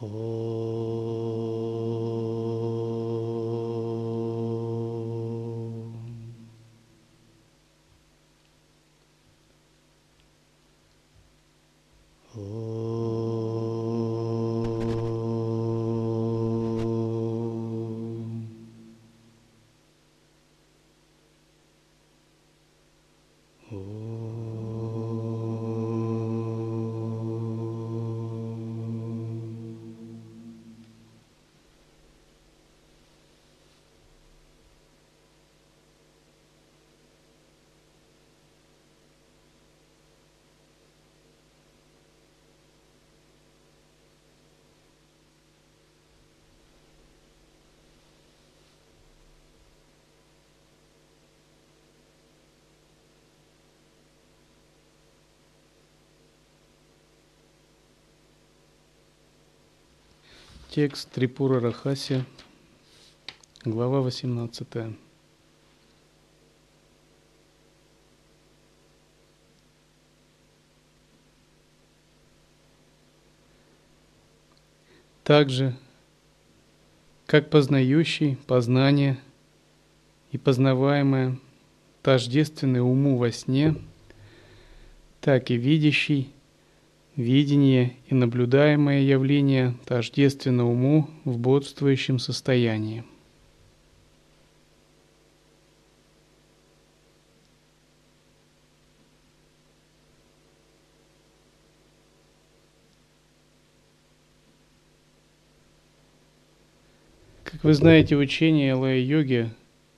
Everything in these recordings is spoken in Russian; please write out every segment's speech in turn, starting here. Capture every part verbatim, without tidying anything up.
Текст Трипура Рахаси, глава восемнадцатая. Так же, как познающий познание и познаваемое тождественны уму во сне, так и видящий видение и наблюдаемое явление тождественно уму в бодрствующем состоянии. Как вы знаете, учение лая-йоги,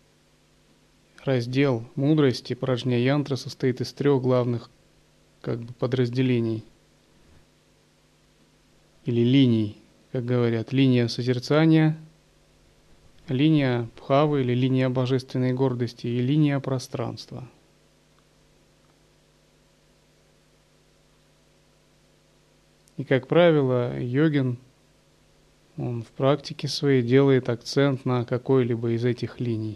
раздел мудрости, праджня-янтра, состоит из трех главных как бы подразделений или линий, как говорят, линия созерцания, линия бхавы или линия божественной гордости и линия пространства. И, как правило, йогин, он в практике своей делает акцент на какой-либо из этих линий.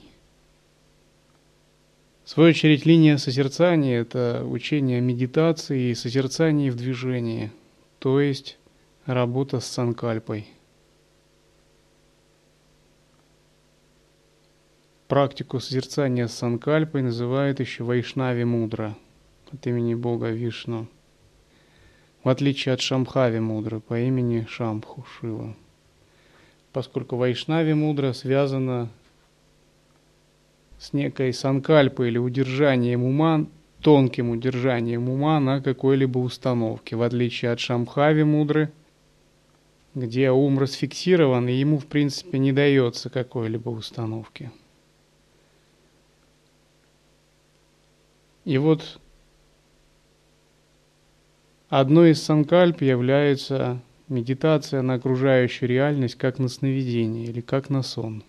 В свою очередь, линия созерцания – это учение о медитации и созерцании в движении, то есть работа с санкальпой. Практику созерцания с санкальпой называют еще Вайшнави мудра от имени Бога Вишну, в отличие от Шамбхави мудра по имени Шамбху Шива, поскольку Вайшнави мудра связана с некой санкальпой или удержанием ума, тонким удержанием ума на какой-либо установке, в отличие от Шамбхави мудры, где ум расфиксирован, и ему, в принципе, не дается какой-либо установки. И вот одной из санкальп является медитация на окружающую реальность как на сновидение или как на сон.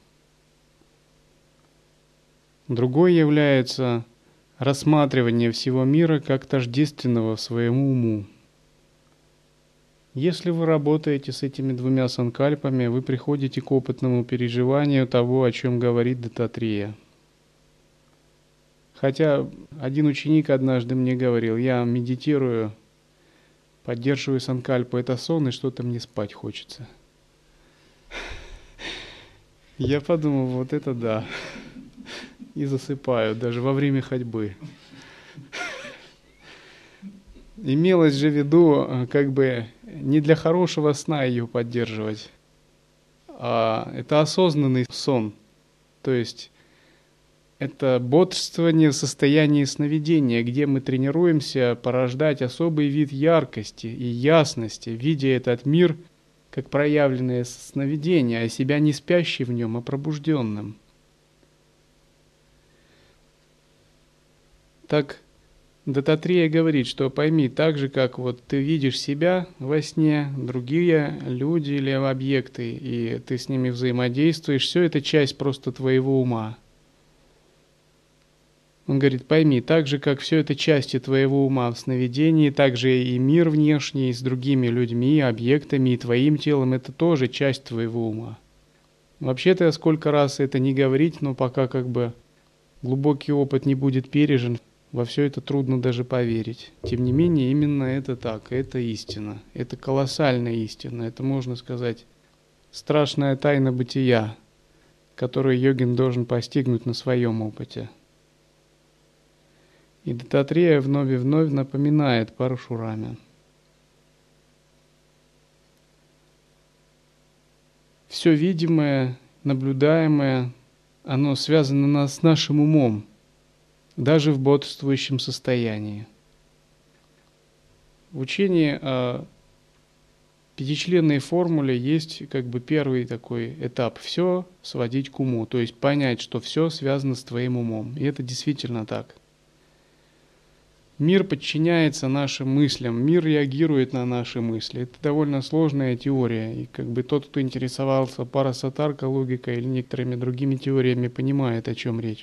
Другой является рассматривание всего мира как тождественного своему уму. Если вы работаете с этими двумя санкальпами, вы приходите к опытному переживанию того, о чем говорит Даттатрия. Хотя один ученик однажды мне говорил: я медитирую, поддерживаю санкальпу, это сон, и что-то мне спать хочется. Я подумал, вот это да. И засыпаю, даже во время ходьбы. Имелось же в виду, как бы, не для хорошего сна ее поддерживать, а это осознанный сон. То есть это бодрствование в состоянии сновидения, где мы тренируемся порождать особый вид яркости и ясности, видя этот мир как проявленное сновидение, а себя не спящий в нем, а пробужденным. Так Даттатрия говорит, что пойми, так же, как вот ты видишь себя во сне, другие люди или объекты, и ты с ними взаимодействуешь, все это часть просто твоего ума. Он говорит, пойми, так же, как все это части твоего ума в сновидении, так же и мир внешний с другими людьми, объектами и твоим телом, это тоже часть твоего ума. Вообще-то, я сколько раз это не говорить, но пока как бы глубокий опыт не будет пережен, Во все это трудно даже поверить. Тем не менее, именно это так, это истина. Это колоссальная истина. Это, можно сказать, страшная тайна бытия, которую йогин должен постигнуть на своем опыте. И Даттатрея вновь и вновь напоминает Парашураме. Все видимое, наблюдаемое, оно связано с нашим умом, даже в бодрствующем состоянии. В учении о пятичленной формуле есть как бы первый такой этап – все сводить к уму, то есть понять, что все связано с твоим умом. И это действительно так. Мир подчиняется нашим мыслям, мир реагирует на наши мысли. Это довольно сложная теория, и как бы тот, кто интересовался парасатарка логикой или некоторыми другими теориями, понимает, о чем речь.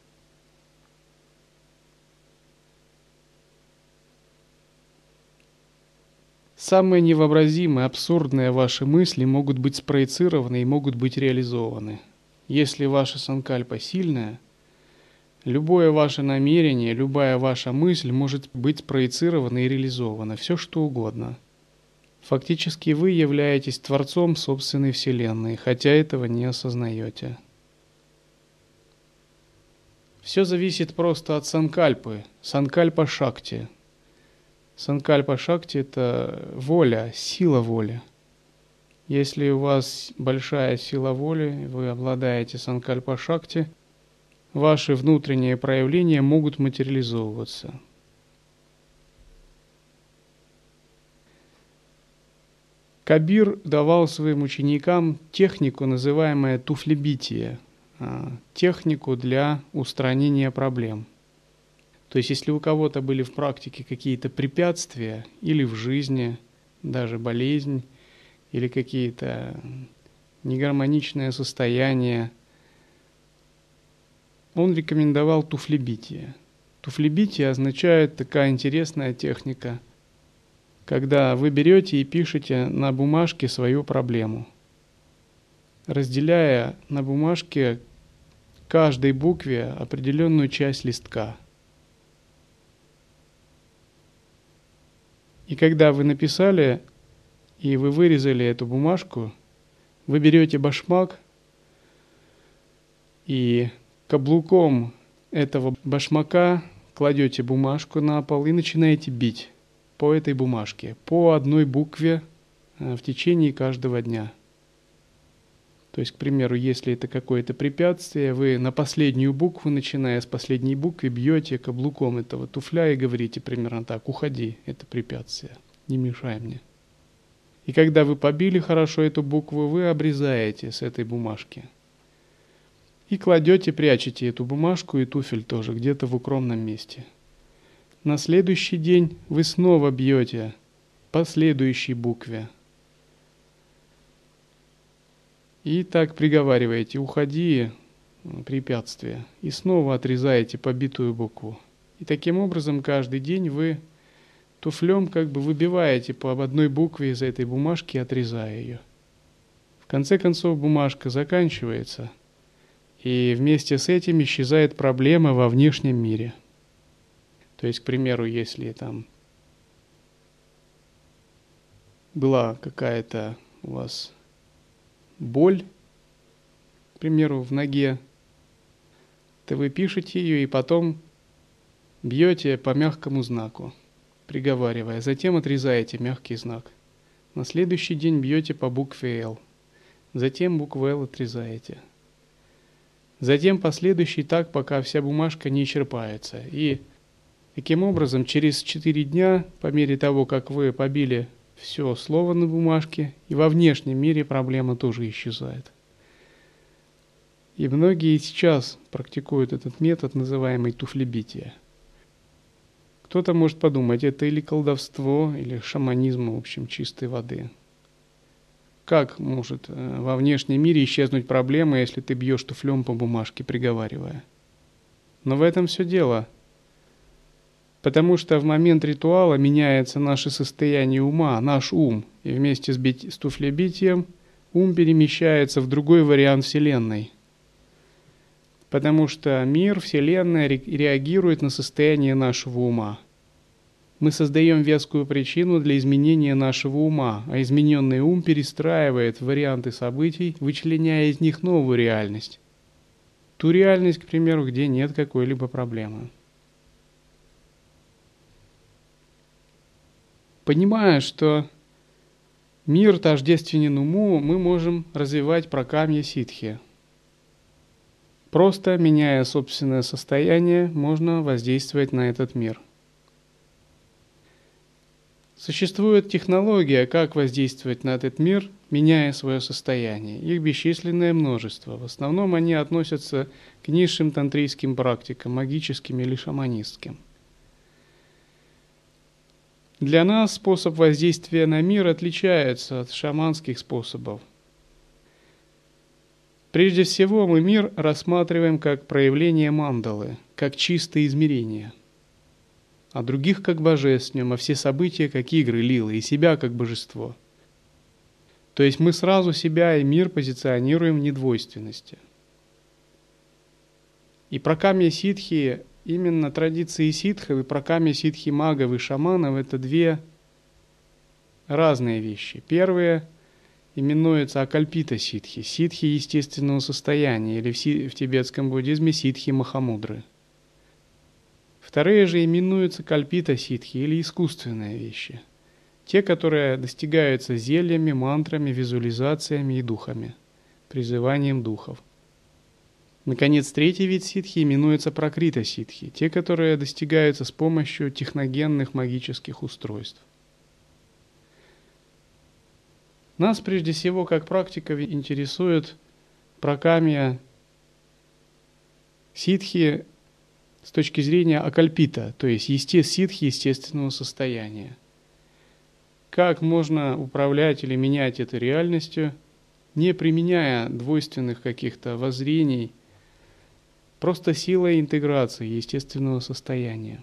Самые невообразимые, абсурдные ваши мысли могут быть спроецированы и могут быть реализованы. Если ваша санкальпа сильная, любое ваше намерение, любая ваша мысль может быть спроецирована и реализована, все что угодно. Фактически вы являетесь творцом собственной вселенной, хотя этого не осознаете. Все зависит просто от санкальпы, санкальпа-шакти. Санкальпа-шакти – это воля, сила воли. Если у вас большая сила воли, вы обладаете санкальпа-шакти, ваши внутренние проявления могут материализовываться. Кабир давал своим ученикам технику, называемую туфлебитие, технику для устранения проблем. То есть, если у кого-то были в практике какие-то препятствия, или в жизни, даже болезнь, или какие-то негармоничные состояния, он рекомендовал туфлебитие. Туфлебитие означает такая интересная техника, когда вы берете и пишете на бумажке свою проблему, разделяя на бумажке каждой букве определенную часть листка. И когда вы написали, и вы вырезали эту бумажку, вы берете башмак и каблуком этого башмака кладете бумажку на пол и начинаете бить по этой бумажке, по одной букве в течение каждого дня. То есть, к примеру, если это какое-то препятствие, вы на последнюю букву, начиная с последней буквы, бьете каблуком этого туфля и говорите примерно так: «Уходи, это препятствие, не мешай мне». И когда вы побили хорошо эту букву, вы обрезаете с этой бумажки. И кладете, прячете эту бумажку и туфель тоже где-то в укромном месте. На следующий день вы снова бьете по следующей букве. И так приговариваете: «Уходи, препятствие», и снова отрезаете побитую букву. И таким образом каждый день вы туфлем как бы выбиваете по одной букве из этой бумажки, отрезая ее. В конце концов бумажка заканчивается, и вместе с этим исчезает проблема во внешнем мире. То есть, к примеру, если там была какая-то у вас боль, к примеру, в ноге, то вы пишете ее и потом бьете по мягкому знаку, приговаривая, затем отрезаете мягкий знак. На следующий день бьете по букве «Л», затем букву «Л» отрезаете. Затем последующий так, пока вся бумажка не исчерпается. И таким образом, через четыре дня, по мере того, как вы побили все слово на бумажке, и во внешнем мире проблема тоже исчезает. И многие сейчас практикуют этот метод, называемый туфлебитие. Кто-то может подумать, это или колдовство, или шаманизм, в общем, чистой воды. Как может во внешнем мире исчезнуть проблема, если ты бьешь туфлем по бумажке, приговаривая? Но в этом все дело. Потому что в момент ритуала меняется наше состояние ума, наш ум. И вместе с, бить, с туфлебитием ум перемещается в другой вариант Вселенной. потому что мир, Вселенная реагирует на состояние нашего ума. Мы создаем вескую причину для изменения нашего ума, а измененный ум перестраивает варианты событий, вычленяя из них новую реальность. Ту реальность, к примеру, где нет какой-либо проблемы. Понимая, что мир тождественен уму, мы можем развивать пракамья ситхи. Просто меняя собственное состояние, можно воздействовать на этот мир. Существует технология, как воздействовать на этот мир, меняя свое состояние. Их бесчисленное множество. В основном они относятся к низшим тантрийским практикам, магическим или шаманистским. Для нас способ воздействия на мир отличается от шаманских способов. Прежде всего, мы мир рассматриваем как проявление мандалы, как чистое измерение, а других как божественным, а все события как игры лилы, и себя как божество. То есть мы сразу себя и мир позиционируем в недвойственности. И пракамья ситхи, именно традиции ситхов и пракамья ситхи магов и шаманов – это две разные вещи. Первые именуются акальпита ситхи, ситхи естественного состояния, или в, си, в тибетском буддизме ситхи махамудры. Вторые же именуются кальпита ситхи, или искусственные вещи. Те, которые достигаются зельями, мантрами, визуализациями и духами, призыванием духов. Наконец, третий вид ситхи именуется пракрита ситхи, те, которые достигаются с помощью техногенных магических устройств. Нас прежде всего, как практиков, интересует пракамья ситхи с точки зрения акальпита, то есть есте, ситхи естественного состояния. Как можно управлять или менять этой реальностью, не применяя двойственных каких-то воззрений, просто силой интеграции естественного состояния.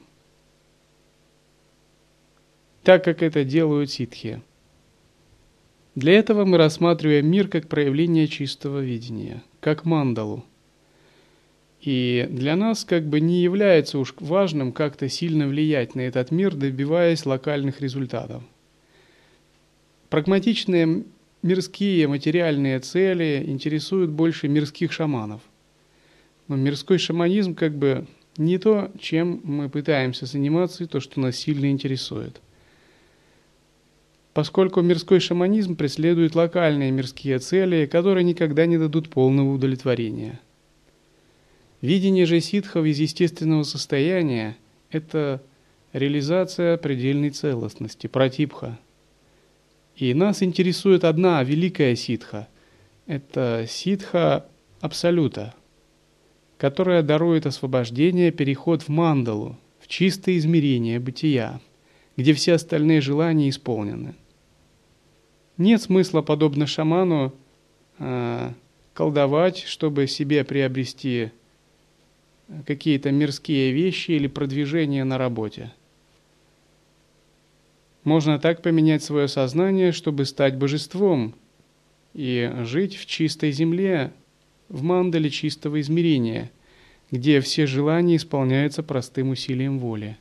Так как это делают ситхи. Для этого мы рассматриваем мир как проявление чистого видения, как мандалу. И для нас как бы не является уж важным как-то сильно влиять на этот мир, добиваясь локальных результатов. Прагматичные мирские материальные цели интересуют больше мирских шаманов. Но мирской шаманизм как бы не то, чем мы пытаемся заниматься, и то, что нас сильно интересует. Поскольку мирской шаманизм преследует локальные мирские цели, которые никогда не дадут полного удовлетворения. Видение же ситхов из естественного состояния – это реализация предельной целостности, пратипха. И нас интересует одна великая ситха – это ситха абсолюта, которая дарует освобождение, переход в мандалу, в чистое измерение бытия, где все остальные желания исполнены. Нет смысла, подобно шаману, колдовать, чтобы себе приобрести какие-то мирские вещи или продвижение на работе. Можно так поменять свое сознание, чтобы стать божеством и жить в чистой земле, в мандале чистого измерения, где все желания исполняются простым усилием воли.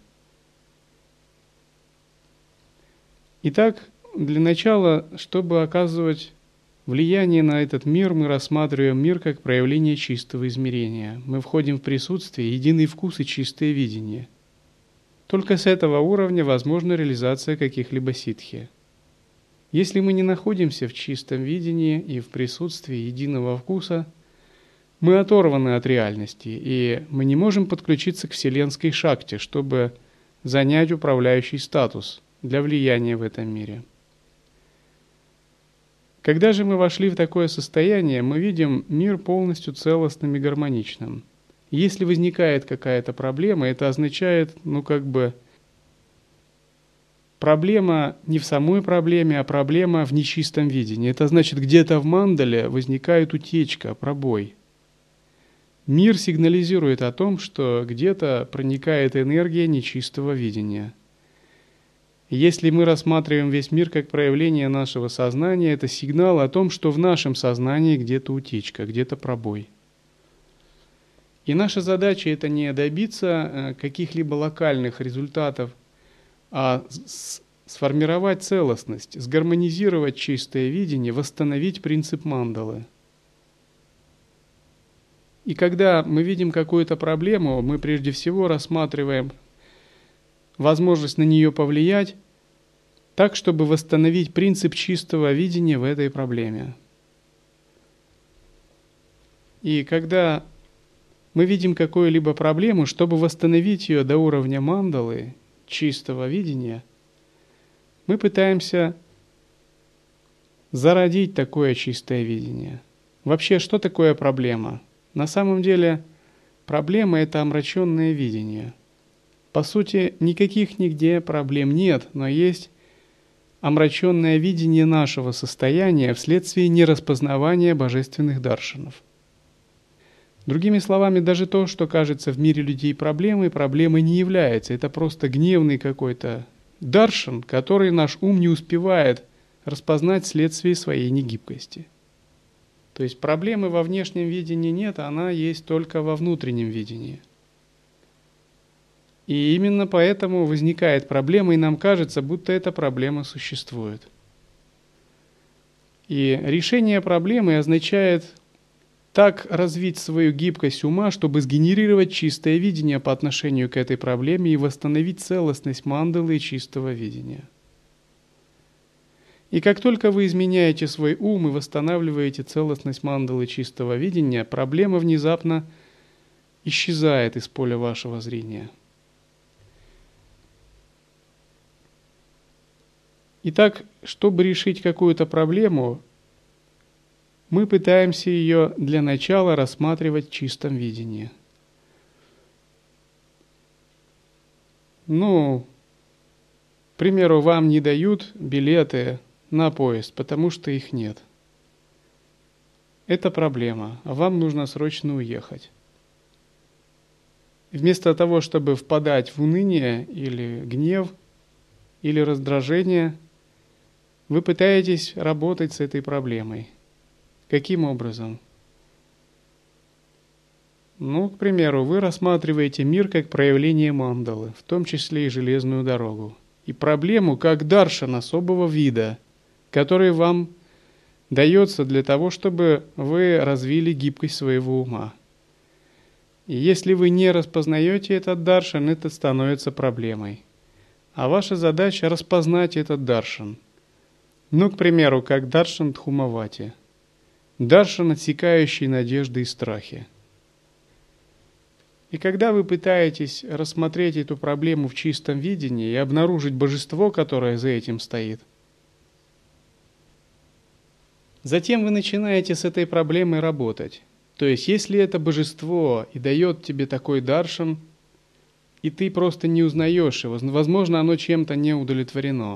Итак, для начала, чтобы оказывать влияние на этот мир, мы рассматриваем мир как проявление чистого измерения. Мы входим в присутствие, единый вкус и чистое видение. Только с этого уровня возможна реализация каких-либо ситхи. Если мы не находимся в чистом видении и в присутствии единого вкуса, мы оторваны от реальности, и мы не можем подключиться к вселенской шакти, чтобы занять управляющий статус для влияния в этом мире. Когда же мы вошли в такое состояние, мы видим мир полностью целостным и гармоничным. Если возникает какая-то проблема, это означает, ну как бы, проблема не в самой проблеме, а проблема в нечистом видении. Это значит, где-то в мандале возникает утечка, пробой. Мир сигнализирует о том, что где-то проникает энергия нечистого видения. Если мы рассматриваем весь мир как проявление нашего сознания, это сигнал о том, что в нашем сознании где-то утечка, где-то пробой. И наша задача – это не добиться каких-либо локальных результатов, а сформировать целостность, сгармонизировать чистое видение, восстановить принцип мандалы. И когда мы видим какую-то проблему, мы прежде всего рассматриваем возможность на нее повлиять так, чтобы восстановить принцип чистого видения в этой проблеме. И когда мы видим какую-либо проблему, чтобы восстановить ее до уровня мандалы, чистого видения, мы пытаемся зародить такое чистое видение. Вообще, что такое проблема? На самом деле, проблема – это омраченное видение. По сути, никаких нигде проблем нет, но есть омраченное видение нашего состояния вследствие нераспознавания божественных даршанов. Другими словами, даже то, что кажется в мире людей проблемой, проблемой не является. Это просто гневный какой-то даршан, который наш ум не успевает распознать вследствие своей негибкости. То есть проблемы во внешнем видении нет, она есть только во внутреннем видении. И именно поэтому возникает проблема, и нам кажется, будто эта проблема существует. И решение проблемы означает так развить свою гибкость ума, чтобы сгенерировать чистое видение по отношению к этой проблеме и восстановить целостность мандалы и чистого видения. И как только вы изменяете свой ум и восстанавливаете целостность мандалы чистого видения, проблема внезапно исчезает из поля вашего зрения. Итак, чтобы решить какую-то проблему, мы пытаемся ее для начала рассматривать в чистом видении. Ну, к примеру, вам не дают билеты на поезд, потому что их нет. Это проблема, а вам нужно срочно уехать. Вместо того, чтобы впадать в уныние или гнев, или раздражение, вы пытаетесь работать с этой проблемой. Каким образом? Ну, к примеру, вы рассматриваете мир как проявление мандалы, в том числе и железную дорогу, и проблему как даршан особого вида, который вам дается для того, чтобы вы развили гибкость своего ума. И если вы не распознаете этот даршан, это становится проблемой. А ваша задача распознать этот даршан. Ну, к примеру, как даршан Дхумавати. Даршан, отсекающий надежды и страхи. И когда вы пытаетесь рассмотреть эту проблему в чистом видении и обнаружить божество, которое за этим стоит, затем вы начинаете с этой проблемой работать. То есть, если это божество и дает тебе такой даршан, и ты просто не узнаешь его, возможно, оно чем-то не удовлетворено.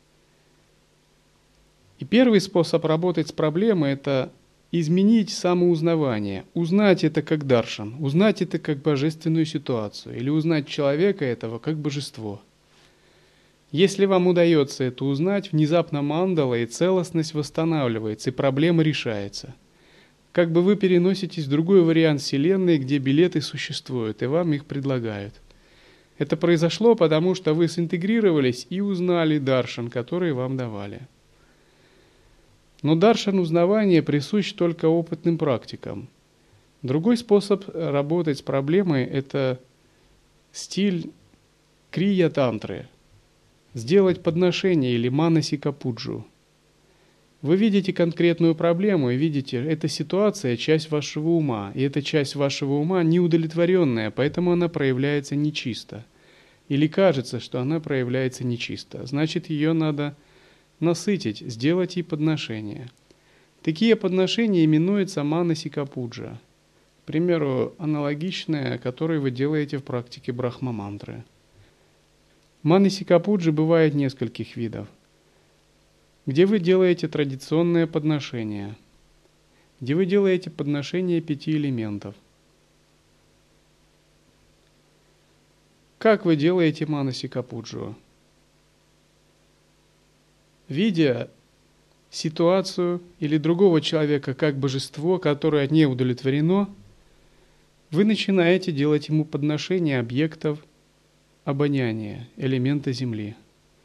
И первый способ работать с проблемой – это изменить самоузнавание, узнать это как даршан, узнать это как божественную ситуацию, или узнать человека этого как божество. Если вам удается это узнать, внезапно мандала и целостность восстанавливается, и проблема решается. Как бы вы переноситесь в другой вариант Вселенной, где билеты существуют, и вам их предлагают. Это произошло, потому что вы синтегрировались и узнали даршан, который вам давали. Но даршан узнавания присущ только опытным практикам. Другой способ работать с проблемой – это стиль крия-тантры. Сделать подношение или манасика-пуджу. Вы видите конкретную проблему и видите, эта ситуация – часть вашего ума, и эта часть вашего ума неудовлетворенная, поэтому она проявляется нечисто. Или кажется, что она проявляется нечисто. Значит, ее надо насытить, сделать ей подношение. Такие подношения именуются манасика-пуджа. К примеру, аналогичное, которое вы делаете в практике брахма-мантры. Манасика-пуджи бывает нескольких видов. Где вы делаете традиционное подношение, где вы делаете подношение пяти элементов. Как вы делаете манасика-пуджу? Видя ситуацию или другого человека как божество, которое не удовлетворено, вы начинаете делать ему подношение объектов обоняния, элемента Земли,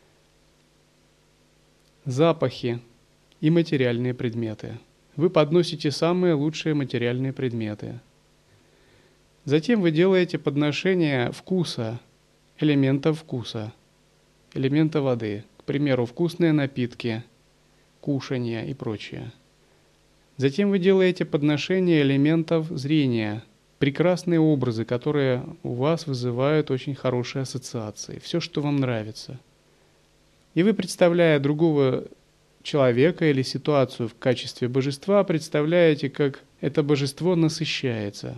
запахи и материальные предметы. Вы подносите самые лучшие материальные предметы. Затем вы делаете подношение вкуса, элементов вкуса, элемента воды. К примеру, вкусные напитки, кушанья и прочее. Затем вы делаете подношение элементов зрения, прекрасные образы, которые у вас вызывают очень хорошие ассоциации, все, что вам нравится. И вы, представляя другого человека или ситуацию в качестве божества, представляете, как это божество насыщается.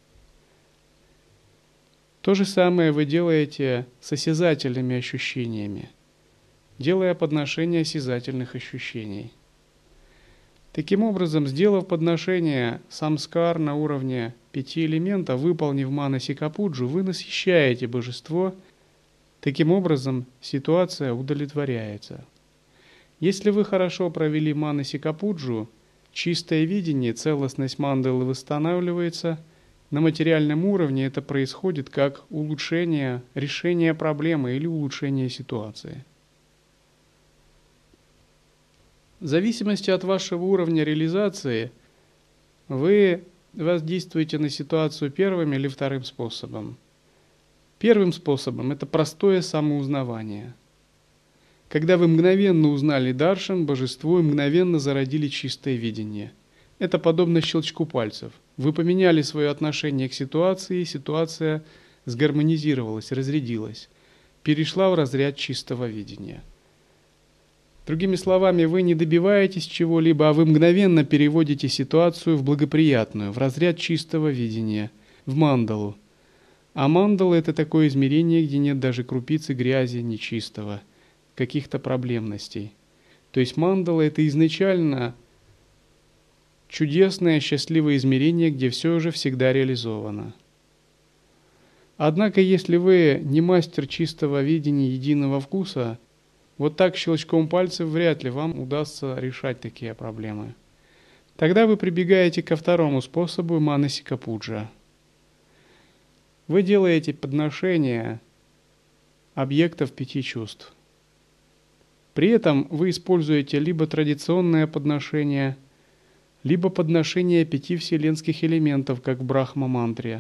То же самое вы делаете с осязательными ощущениями, делая подношение осязательных ощущений. Таким образом, сделав подношение самскар на уровне пяти элементов, выполнив манасикапуджу, вы насыщаете божество. Таким образом, ситуация удовлетворяется. Если вы хорошо провели манасикапуджу, чистое видение, целостность мандалы восстанавливается. На материальном уровне это происходит как улучшение решения проблемы или улучшение ситуации. В зависимости от вашего уровня реализации вы воздействуете на ситуацию первым или вторым способом. Первым способом – это простое самоузнавание. Когда вы мгновенно узнали даршан, божество, и мгновенно зародили чистое видение. Это подобно щелчку пальцев. Вы поменяли свое отношение к ситуации, и ситуация сгармонизировалась, разрядилась, перешла в разряд чистого видения. Другими словами, вы не добиваетесь чего-либо, а вы мгновенно переводите ситуацию в благоприятную, в разряд чистого видения, в мандалу. А мандала – это такое измерение, где нет даже крупицы грязи нечистого, каких-то проблемностей. То есть мандала – это изначально чудесное, счастливое измерение, где все уже всегда реализовано. Однако, если вы не мастер чистого видения единого вкуса, вот так щелчком пальцев вряд ли вам удастся решать такие проблемы. Тогда вы прибегаете ко второму способу манасикапуджа. Вы делаете подношение объектов пяти чувств. При этом вы используете либо традиционное подношение, либо подношение пяти вселенских элементов, как в Брахма-мантре.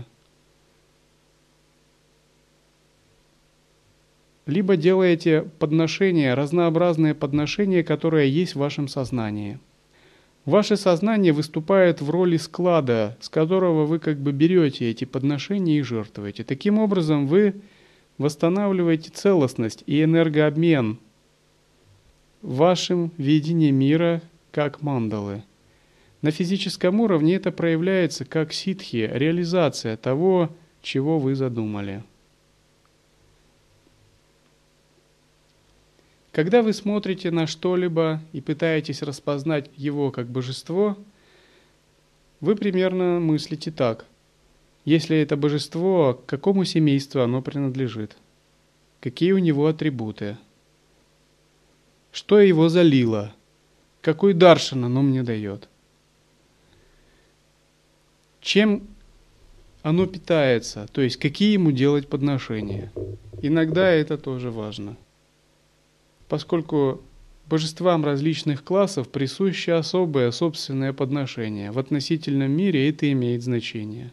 Либо делаете подношения, разнообразные подношения, которые есть в вашем сознании. Ваше сознание выступает в роли склада, с которого вы как бы берете эти подношения и жертвуете. Таким образом, вы восстанавливаете целостность и энергообмен в вашем видении мира как мандалы. На физическом уровне это проявляется как ситхи, реализация того, чего вы задумали. Когда вы смотрите на что-либо и пытаетесь распознать его как божество, вы примерно мыслите так. Если это божество, к какому семейству оно принадлежит? Какие у него атрибуты? Что его залило? Какой даршан оно мне дает? Чем оно питается? То есть, какие ему делать подношения? Иногда это тоже важно. Поскольку божествам различных классов присуще особое собственное подношение. В относительном мире это имеет значение.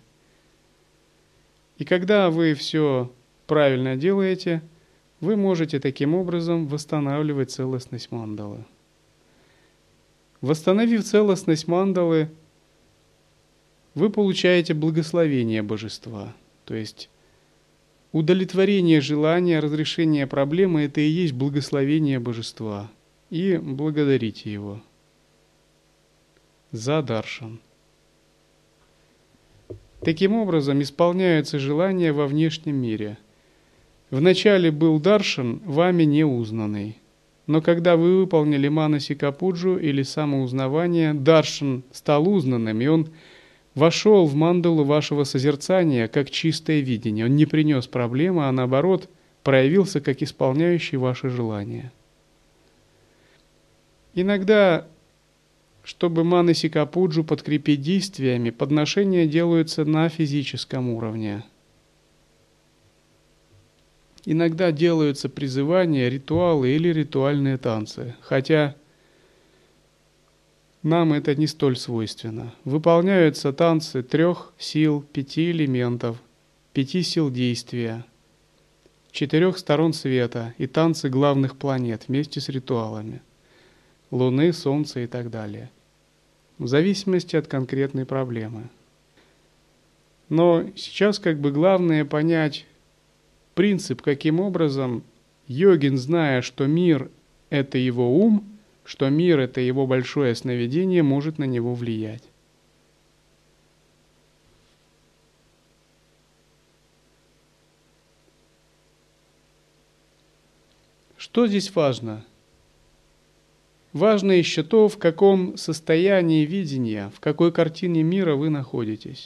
И когда вы все правильно делаете, вы можете таким образом восстанавливать целостность мандалы. Восстановив целостность мандалы, вы получаете благословение божества. То есть удовлетворение желания, разрешение проблемы – это и есть благословение божества. И благодарите его за даршан. Таким образом, исполняются желания во внешнем мире. Вначале был даршан, вами не узнанный. Но когда вы выполнили манасикапуджу или самоузнавание, даршан стал узнанным, и он вошел в мандалу вашего созерцания как чистое видение. Он не принес проблемы, а наоборот проявился как исполняющий ваши желания. Иногда Чтобы манасика пуджу подкрепить действиями, подношения делаются на физическом уровне. Иногда делаются призывания, ритуалы или ритуальные танцы, хотя нам это не столь свойственно. Выполняются танцы трех сил, пяти элементов, пяти сил действия, четырех сторон света и танцы главных планет вместе с ритуалами. Луны, Солнца и так далее. В зависимости от конкретной проблемы. Но сейчас как бы главное понять принцип, каким образом йогин, зная, что мир – это его ум, что мир – это его большое сновидение, может на него влиять. Что здесь важно? Важно еще то, в каком состоянии видения, в какой картине мира вы находитесь.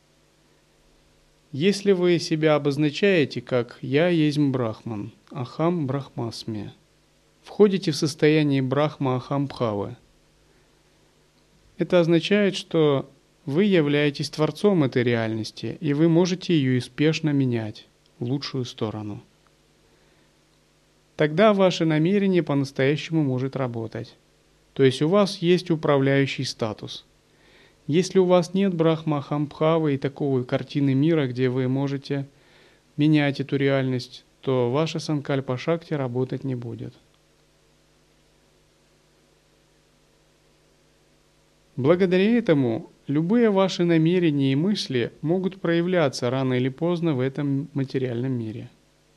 Если вы себя обозначаете как «я есть Брахман», «Ахам Брахмасми», входите в состояние Брахма Ахам Бхавы, это означает, что вы являетесь творцом этой реальности, и вы можете ее успешно менять в лучшую сторону. Тогда ваше намерение по-настоящему может работать. То есть у вас есть управляющий статус. Если у вас нет Брахма Ахам Бхавы и такой картины мира, где вы можете менять эту реальность, то ваша санкальпа шакти работать не будет. Благодаря этому любые ваши намерения и мысли могут проявляться рано или поздно в этом материальном мире.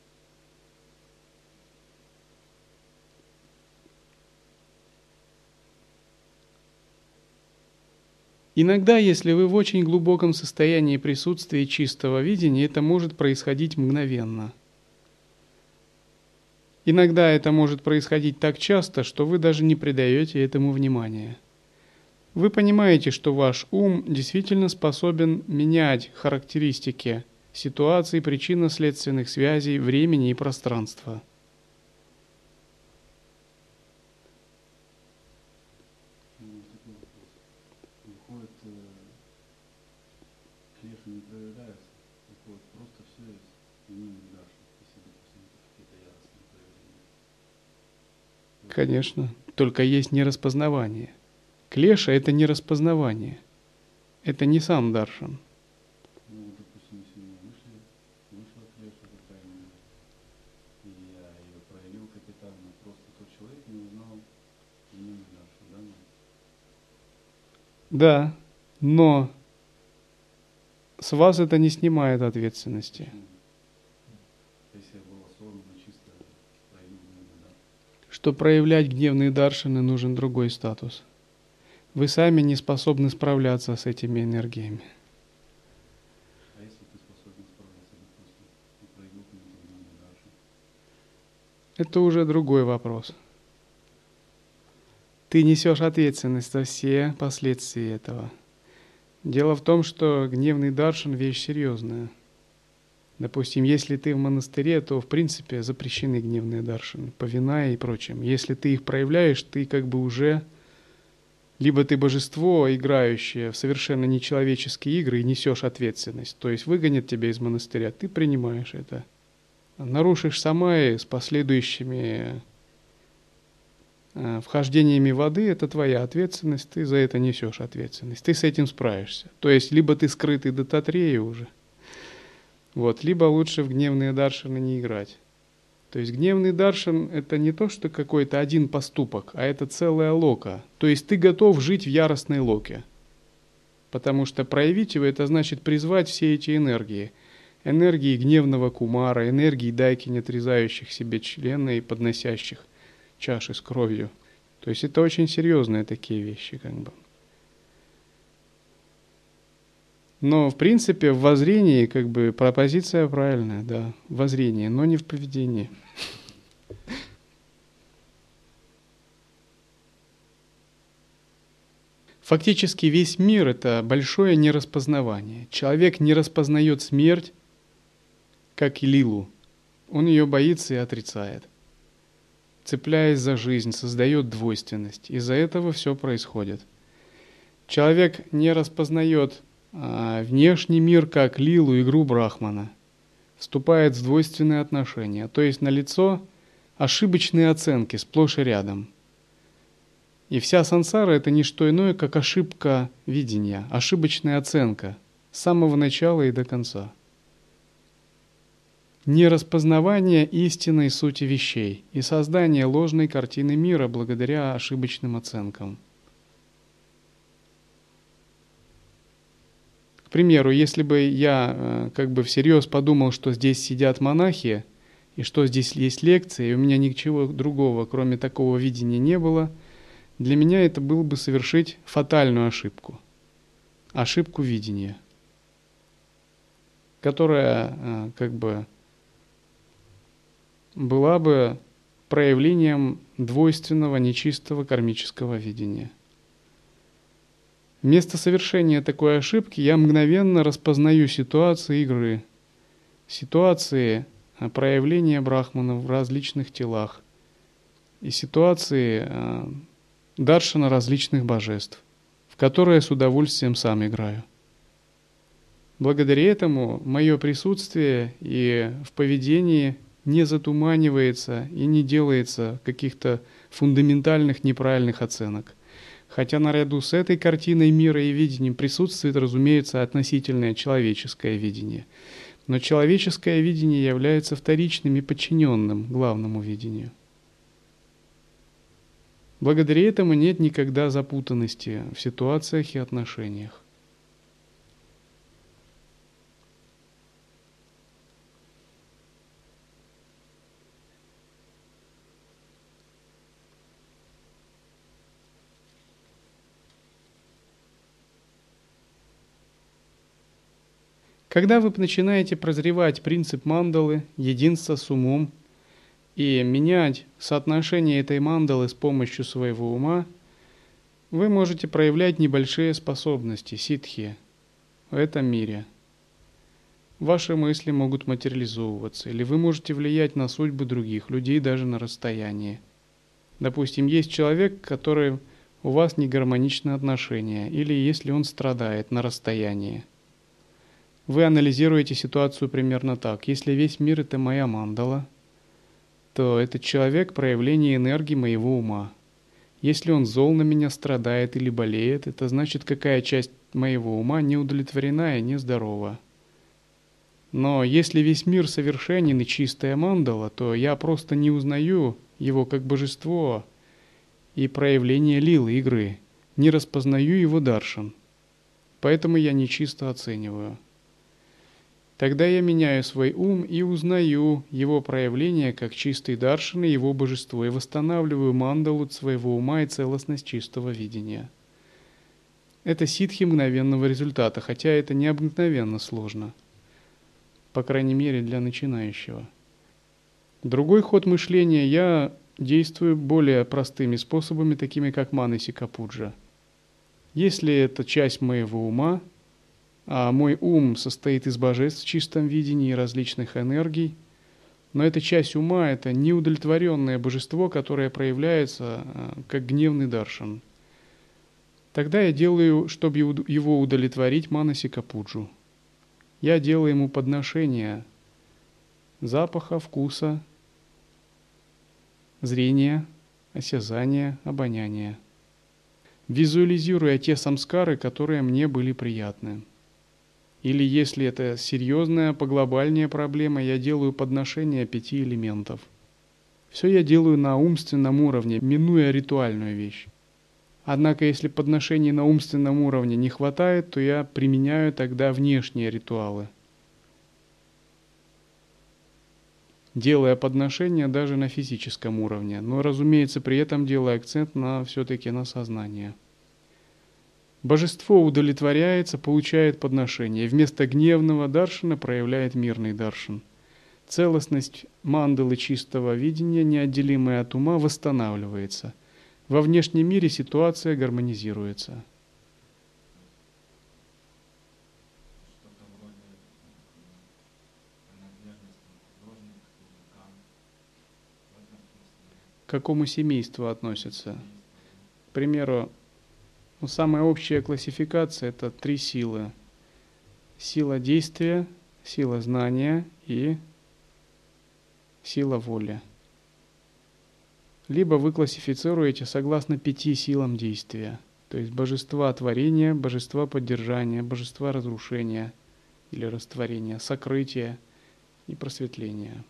Иногда, если вы в очень глубоком состоянии присутствия чистого видения, это может происходить мгновенно. Иногда это может происходить так часто, что вы даже не придаете этому внимания. Вы понимаете, что ваш ум действительно способен менять характеристики ситуаций, причинно-следственных связей, времени и пространства. Конечно, только есть нераспознавание. Клеша – это не распознавание. Это не сам даршан. Ну, допустим, если мы вышли, вышла клеша какая-нибудь, и я ее проявил капитально, просто тот человек не узнал именно даршан, да? Да, но с вас это не снимает ответственности. Почему? Если я был осознанно, чисто проявил именно даршан. Чтобы проявлять гневные даршаны, нужен другой статус. Вы сами не способны справляться с этими энергиями. А если ты способен справляться, допустим, и проявил какой-то гневный даршан? Это уже другой вопрос. Ты несешь ответственность за все последствия этого. Дело в том, что гневный даршан – вещь серьезная. Допустим, если ты в монастыре, то в принципе запрещены гневные даршаны, повина и прочим. Если ты их проявляешь, ты как бы уже... Либо ты божество, играющее в совершенно нечеловеческие игры, и несешь ответственность. То есть выгонят тебя из монастыря, ты принимаешь это. Нарушишь самаи с последующими э, вхождениями воды, это твоя ответственность, ты за это несешь ответственность. Ты с этим справишься. То есть либо ты скрытый дататрея уже, вот, либо лучше в гневные даршаны не играть. То есть гневный даршан – это не то, что какой-то один поступок, а это целая лока. То есть ты готов жить в яростной локе. Потому что проявить его – это значит призвать все эти энергии. Энергии гневного кумара, энергии дайкини, отрезающих себе члены и подносящих чаши с кровью. То есть это очень серьезные такие вещи, как бы. Но, в принципе, в воззрении, как бы, пропозиция правильная, да, в воззрении, но не в поведении. Фактически весь мир – это большое нераспознавание. Человек не распознает смерть, как и лилу. Он ее боится и отрицает. Цепляясь за жизнь, создает двойственность. Из-за этого все происходит. Человек не распознает а, внешний мир как лилу, игру Брахмана, вступает в двойственные отношения, то есть налицо ошибочные оценки сплошь и рядом. И вся сансара — это не что иное, как ошибка видения, ошибочная оценка с самого начала и до конца. Нераспознавание истинной сути вещей и создание ложной картины мира благодаря ошибочным оценкам. К примеру, если бы я э, как бы всерьез подумал, что здесь сидят монахи, и что здесь есть лекции, и у меня ничего другого, кроме такого видения, не было, для меня это было бы совершить фатальную ошибку. Ошибку видения, которая э, как бы была бы проявлением двойственного, нечистого кармического видения. Вместо совершения такой ошибки я мгновенно распознаю ситуации игры, ситуации проявления брахманов в различных телах и ситуации э, даршана различных божеств, в которые я с удовольствием сам играю. Благодаря этому мое присутствие и в поведении не затуманивается и не делается каких-то фундаментальных неправильных оценок. Хотя наряду с этой картиной мира и видением присутствует, разумеется, относительное человеческое видение. Но человеческое видение является вторичным и подчиненным главному видению. Благодаря этому нет никогда запутанности в ситуациях и отношениях. Когда вы начинаете прозревать принцип мандалы, единства с умом, и менять соотношение этой мандалы с помощью своего ума, вы можете проявлять небольшие способности, ситхи, в этом мире. Ваши мысли могут материализовываться, или вы можете влиять на судьбы других людей даже на расстоянии. Допустим, есть человек, который у вас не гармоничны отношения, или если он страдает на расстоянии. Вы анализируете ситуацию примерно так. Если весь мир — это моя мандала, то этот человек — проявление энергии моего ума. Если он зол на меня, страдает или болеет, это значит, какая часть моего ума не удовлетворена и нездорова. Но если весь мир совершенен и чистая мандала, то я просто не узнаю его как божество и проявление лилы, игры, не распознаю его даршан. Поэтому я нечисто оцениваю. Тогда я меняю свой ум и узнаю его проявление как чистый даршан и его божество, и восстанавливаю мандалу своего ума и целостность чистого видения. Это ситхи мгновенного результата, хотя это необыкновенно сложно, по крайней мере для начинающего. Другой ход мышления: я действую более простыми способами, такими как манасика пуджа. Если это часть моего ума, а мой ум состоит из божеств в чистом видении и различных энергий, но эта часть ума — это неудовлетворенное божество, которое проявляется как гневный даршан. Тогда я делаю, чтобы его удовлетворить, манасика пуджу. Я делаю ему подношение запаха, вкуса, зрения, осязания, обоняния, визуализируя те самскары, которые мне были приятны. Или если это серьезная поглобальная проблема, я делаю подношение пяти элементов. Все я делаю на умственном уровне, минуя ритуальную вещь. Однако, если подношений на умственном уровне не хватает, то я применяю тогда внешние ритуалы, делая подношения даже на физическом уровне, но, разумеется, при этом делая акцент на все-таки на сознание. Божество удовлетворяется, получает подношение, и вместо гневного даршана проявляет мирный даршан. Целостность мандалы чистого видения, неотделимая от ума, восстанавливается. Во внешнем мире ситуация гармонизируется. К какому семейству относятся? К примеру, Но самая общая классификация — это три силы. Сила действия, сила знания и сила воли. Либо вы классифицируете согласно пяти силам действия, то есть божества творения, божества поддержания, божества разрушения или растворения, сокрытия и просветления.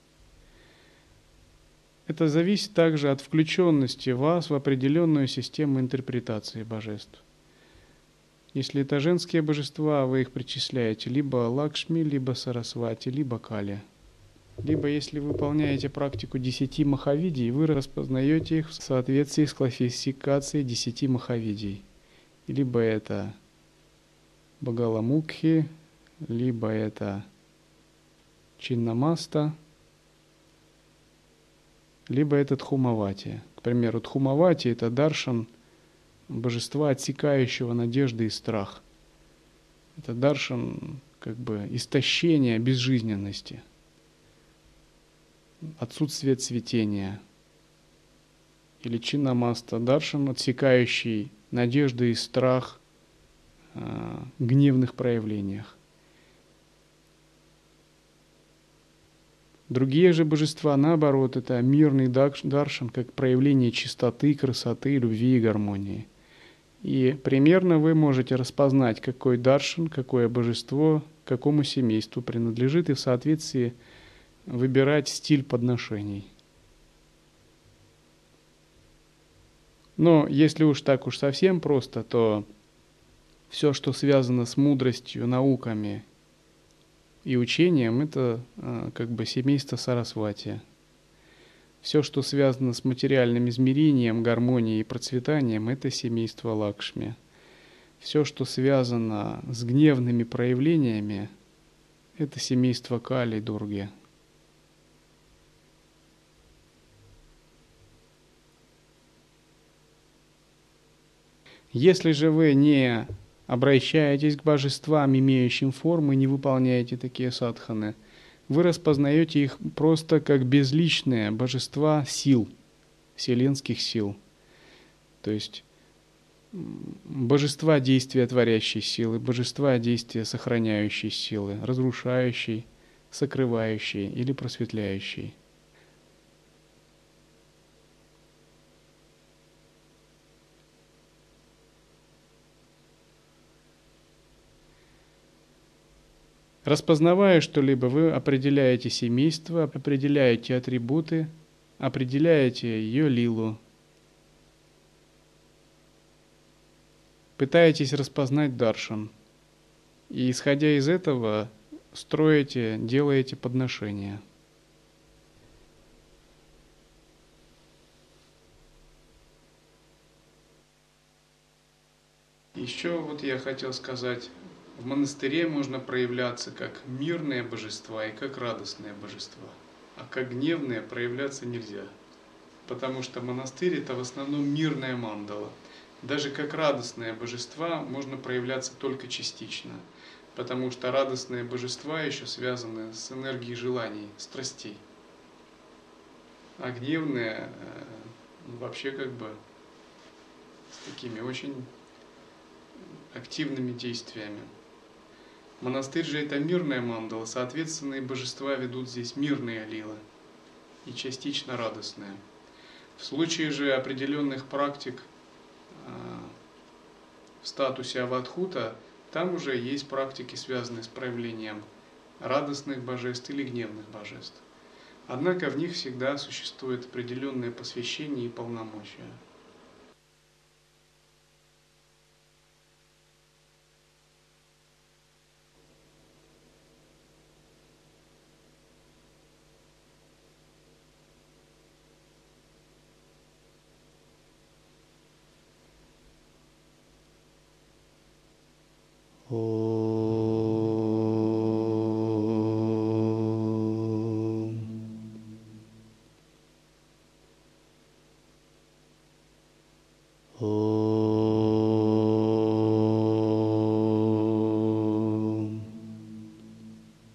Это зависит также от включенности вас в определенную систему интерпретации божеств. Если это женские божества, вы их причисляете либо Лакшми, либо Сарасвати, либо Кали. Либо если вы выполняете практику десяти махавидий, вы распознаете их в соответствии с классификацией десяти махавидий. Либо это Багаламукхи, либо это Чиннамаста, либо это Дхумавати. К примеру, Дхумавати — это даршан божества, отсекающего надежды и страх. Это даршан как бы истощения безжизненности, отсутствие цветения. Или Чиннамаста — даршан, отсекающий надежды и страх э, в гневных проявлениях. Другие же божества, наоборот, это мирный даршан, как проявление чистоты, красоты, любви и гармонии. И примерно вы можете распознать, какой даршан, какое божество, к какому семейству принадлежит, и в соответствии выбирать стиль подношений. Но если уж так уж совсем просто, то все, что связано с мудростью, науками и учением, это э, как бы семейство Сарасвати. Все, что связано с материальным измерением, гармонией и процветанием, это семейство Лакшми. Все, что связано с гневными проявлениями, это семейство Кали, Дурги. Если же вы не обращаетесь к божествам, имеющим формы, не выполняете такие садханы, вы распознаете их просто как безличные божества сил, вселенских сил. То есть божества действия творящей силы, божества действия сохраняющей силы, разрушающей, сокрывающей или просветляющей. Распознавая что-либо, вы определяете семейство, определяете атрибуты, определяете ее лилу. Пытаетесь распознать даршан. И исходя из этого, строите, делаете подношения. Еще вот я хотел сказать, в монастыре можно проявляться как мирные божества и как радостные божества, а как гневные проявляться нельзя, потому что монастырь — это в основном мирная мандала. Даже как радостные божества можно проявляться только частично, потому что радостные божества еще связаны с энергией желаний, страстей, а гневные вообще как бы с такими очень активными действиями. Монастырь же это мирная мандала, соответственно, и божества ведут здесь мирные лилы и частично радостные. В случае же определенных практик э, в статусе авадхута, там уже есть практики, связанные с проявлением радостных божеств или гневных божеств. Однако в них всегда существует определенное посвящение и полномочия.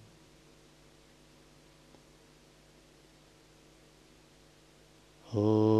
Oh.